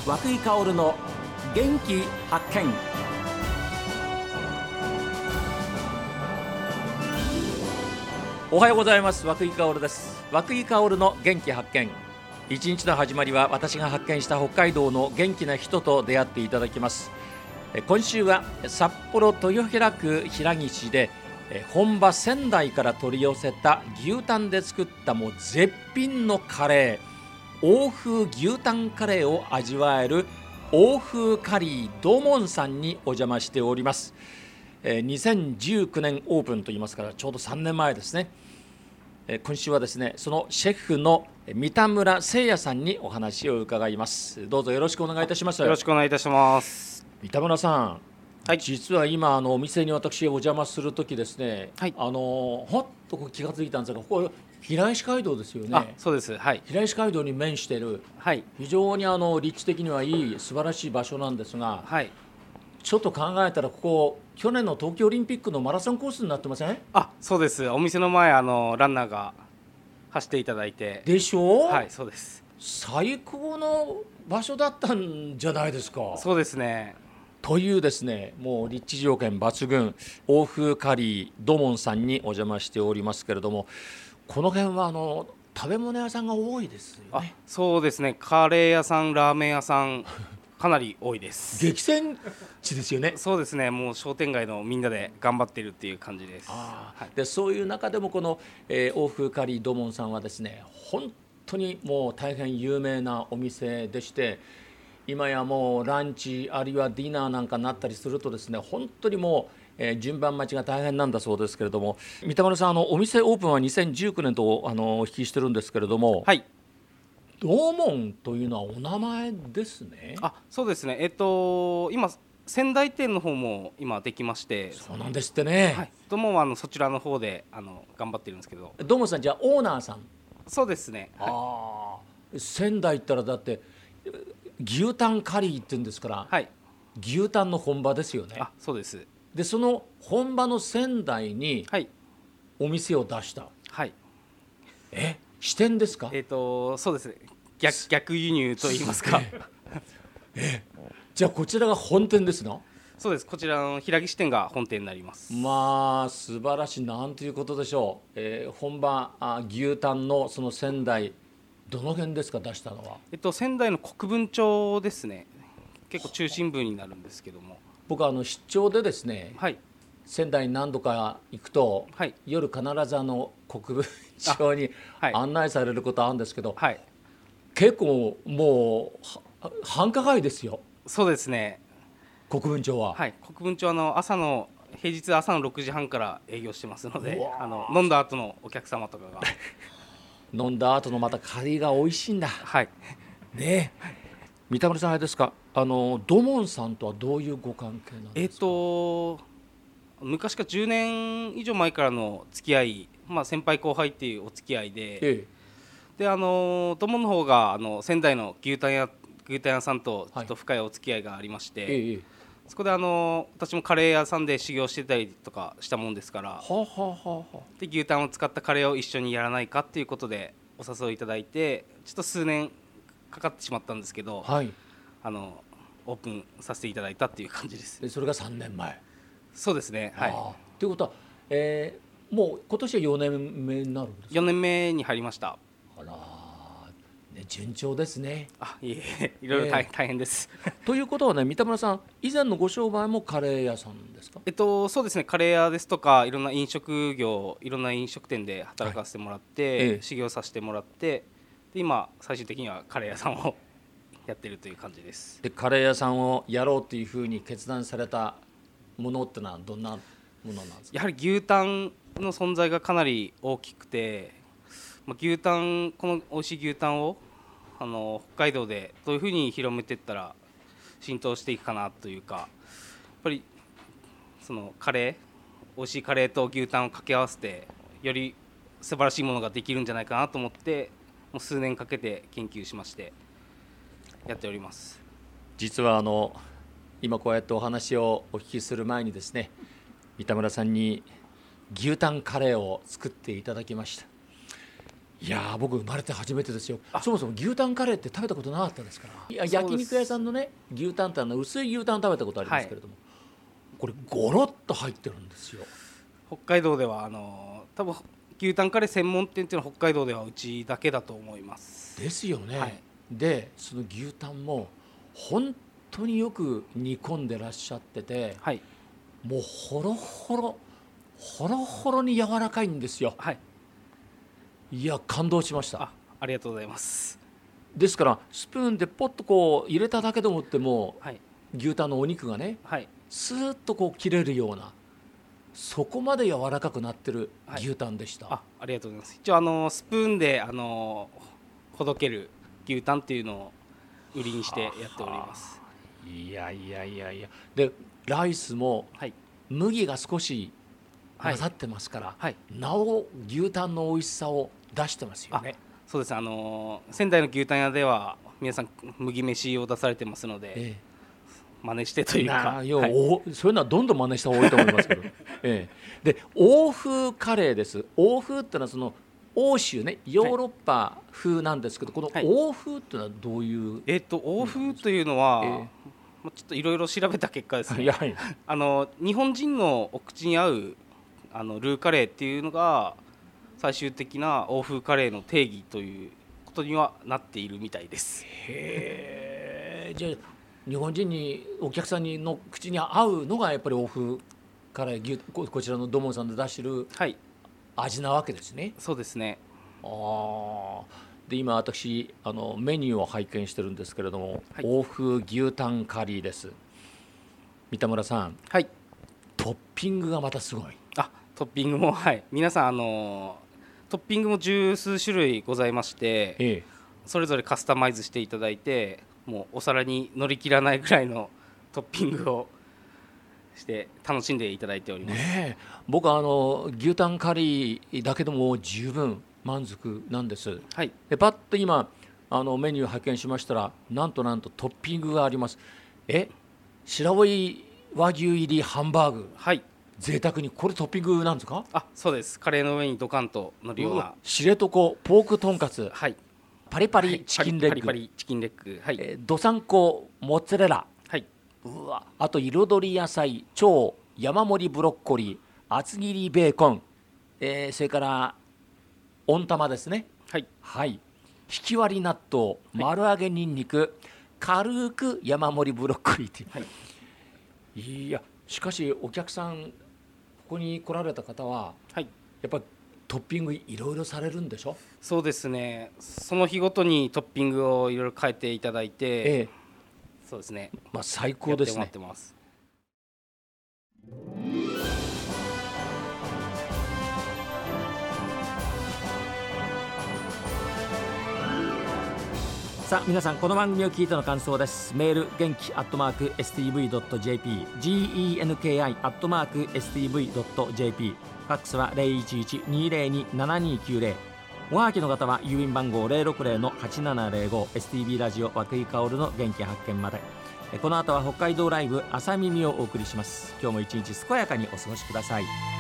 和久井薫の元気発見。おはようございます。和久井薫です。和久井薫の元気発見。一日の始まりは私が発見した北海道の元気な人と出会っていただきます。今週は札幌豊平区平岸で本場仙台から取り寄せた牛タンで作ったもう絶品のカレー、欧風牛タンカレーを味わえる欧風カリードモンさんにお邪魔しております。2019年オープンといいますからちょうど3年前ですね。今週はですね、そのシェフの三田村誠也さんにお話を伺います。どうぞよろしくお願いいたします。 よろしくお願いいたします。 三田村さん、 はい、 実は今お店に私お邪魔するときですね、 はい、 ほっと気がついたんですが、ここ平石街道ですよね。 そうです、はい、 平石街道に面している、 はい、 非常に立地的にはいい素晴らしい場所なんですが、 はい、 ちょっと考えたらここ去年の東京オリンピックのマラソンコースになってません？ そうです。お店の前ランナーが走っていただいて。 でしょう？ はい、そうです。 最高の場所だったんじゃないですか。 そうですね。 というですね、もう立地条件抜群欧風カリードモンさんにお邪魔しておりますけれども、この辺は食べ物屋さんが多いですよね。 そうですね。カレー屋さん、ラーメン屋さんかなり多いです。 激戦地ですよね。 そうですね。もう商店街のみんなで頑張っているっていう感じです。 でそういう中でもこの、欧風カリードモンさんはですね、本当にもう大変有名なお店でして、今やもうランチあるいはディナーなんかになったりするとですね、本当にもう、順番待ちが大変なんだそうですけれども、三田村さんお店オープンは2019年とお聞きしてるんですけれども、 はい、 ドモンというのはお名前ですね。 そうですね。今仙台店の方も今できまして。 そうなんですってね。 はい、ドモンはそちらの方で頑張ってるんですけど。 ドモンさんじゃあオーナーさん？ そうですね。はい、 仙台行ったらだって牛タンカリーって言うんですから、 はい、 牛タンの本場ですよね。 そうです。 でその本場の仙台にお店を出した、 はい、 支店ですか？ そうですね。逆輸入と言いますか。 じゃあこちらが本店ですな。 そうです。こちらの平岸店が本店になります。 まあ素晴らしい、なんということでしょう。本場牛タンのその仙台、どの辺ですか出したのは？ 仙台の国分町ですね。結構中心部になるんですけども、 僕は出張でですね、 はい、 仙台に何度か行くと、 はい、 夜必ず国分町に案内されることあるんですけど、 はい、 結構もう繁華街ですよ。 そうですね。 国分町は、 はい、国分町平日朝の6時半から営業してますので、飲んだ後のお客様とかが飲んだ後のまたカリーが美味しいんだ。 はいねえ、三田村さんあれですか、ドモンさんとはどういうご関係なんですか？ 昔から10年以上前からの付き合い、先輩後輩っていうお付き合いで、でドモンの方が仙台の牛タン屋さんとちょっと深いお付き合いがありまして、そこで私もカレー屋さんで修行してたりとかしたもんですから、で牛タンを使ったカレーを一緒にやらないかっていうことでお誘いいただいて、ちょっと数年かかってしまったんですけど、オープンさせていただいたっていう感じです。 でそれが3年前。 そうですね。はい。 ということは、もう今年は4年目になるんですか？ 4年目に入りました。 あら、順調ですね。 いろいろ大変です。 ということはね、三田村さん以前のご商売もカレー屋さんですか？ そうですね。カレー屋ですとかいろんな飲食店で働かせてもらって、修行させてもらって、で今最終的にはカレー屋さんをやってるという感じです。 でカレー屋さんをやろうというふうに決断されたものってのはどんなものなんですか？ やはり牛タンの存在がかなり大きくて、この美味しい牛タンを北海道でどういうふうに広めていったら浸透していくかなというか、やっぱりその美味しいカレーと牛タンを掛け合わせてより素晴らしいものができるんじゃないかなと思って、もう数年かけて研究しましてやっております。 実は今こうやってお話をお聞きする前にですね、三田村さんに牛タンカレーを作っていただきました。 いやー、僕生まれて初めてですよ。そもそも牛タンカレーって食べたことなかったですから。いや、焼肉屋さんのね牛タンって薄い牛タン食べたことありますけれども、これゴロッと入ってるんですよ。 北海道では多分牛タンカレー専門店っていうのは北海道ではうちだけだと思います。 ですよね。でその牛タンも本当によく煮込んでらっしゃってて、もうホロホロに柔らかいんですよ。いや、感動しました。 ありがとうございます。 ですからスプーンでポッとこう入れただけでもっても、牛タンのお肉がね、スーッとこう切れるような、そこまで柔らかくなってる牛タンでした。 ありがとうございます。一応スプーンでほどける牛タンっていうのを売りにしてやっております。 いやでライスも麦が少し混ざってますから、なお牛タンの美味しさを出してますよね。 そうです。仙台の牛タン屋では皆さん麦飯を出されてますので、真似してというか、そういうのはどんどん真似した方がいいと思いますけど、で欧風カレーです。欧風ってのはその欧州ね、ヨーロッパ風なんですけど、この欧風っていうのはどういう、 欧風というのは、ちょっといろいろ調べた結果ですね、日本人のお口に合うルーカレーっていうのが最終的な欧風カレーの定義ということにはなっているみたいです。 じゃあ日本人にお客さんの口に合うのがやっぱり欧風カレー、こちらの土門さんで出してる味なわけですね。 そうですね。 で今私メニューを拝見してるんですけれども、欧風牛タンカリーです。三田村さん、トッピングがまたすごい。 トッピングも皆さんトッピングも十数種類ございまして、それぞれカスタマイズしていただいて、もうお皿に乗り切らないぐらいのトッピングをして楽しんでいただいております。 僕は牛タンカリーだけでも十分満足なんです。でパッと今メニュー拝見しましたら、なんとトッピングがあります。白老和牛入りハンバーグ、贅沢にこれトッピングなんですか？ そうです。カレーの上にドカンと乗るような知床ポークとんかつ、パリパリチキンレッグ、どさんこモッツァレラ、あと彩り野菜超山盛りブロッコリー、厚切りベーコン、それから温玉ですね、ひき割り納豆、丸揚げにんにく、軽く山盛りブロッコリーっていう、いやしかしお客さんここに来られた方は、やっぱりトッピングいろいろされるんでしょ？ そうですね。その日ごとにトッピングをいろいろ変えていただいて、そうですね。 最高ですね。 やってもらってます。 さあ皆さん、この番組を聞いての感想です。メール元気@stv.jp、 genki@stv.jp、 ファックスは 011-202-7290。 おはがきの方は郵便番号 060-8705 STB ラジオ和久井薫の元気発見まで。この後は北海道ライブ朝耳をお送りします。今日も一日健やかにお過ごしください。